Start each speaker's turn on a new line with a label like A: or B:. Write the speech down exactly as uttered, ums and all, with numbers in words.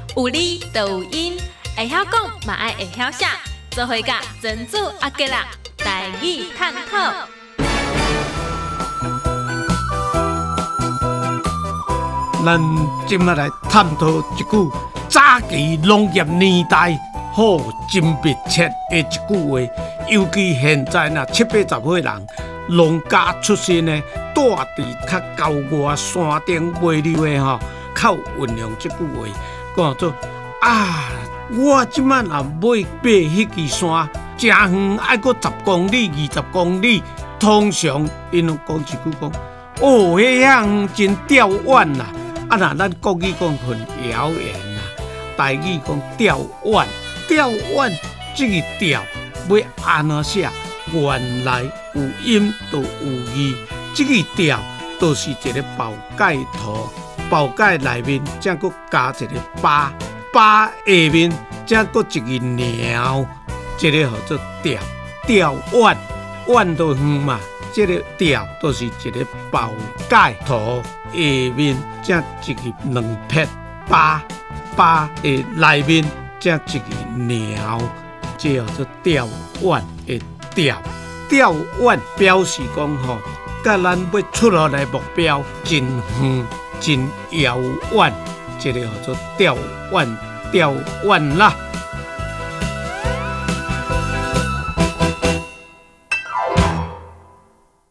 A: 有理就有因，会晓讲嘛爱会晓写，做伙甲珍珠阿吉啦，台语探讨。
B: 咱今仔来探讨一句早期农业年代好真密切的一句话，尤其现在呐七八十岁人农家出身的，住伫较郊外山顶尾溜的吼，较有运用这句话，讲做啊，我即摆若要爬迄支山，真远，爱搁十公里、二十公里，通常因讲一句讲，哦，迄样真吊远啦。啊，那咱国语讲很遥远啦，台语讲吊远，吊远这个吊要安怎写？原来有音就有义，这个吊就是一个包盖图，包盖内面才搁加一个巴，巴下面才搁一个鸟，这个叫做吊，吊远，远就远嘛。这个吊就是一个包盖图，下面才一个两撇巴，巴的内面才一个鸟，这叫做吊远的吊。吊远表示讲吼，甲咱要出落来目标真远、真遥远，这个叫做吊远，吊远啦。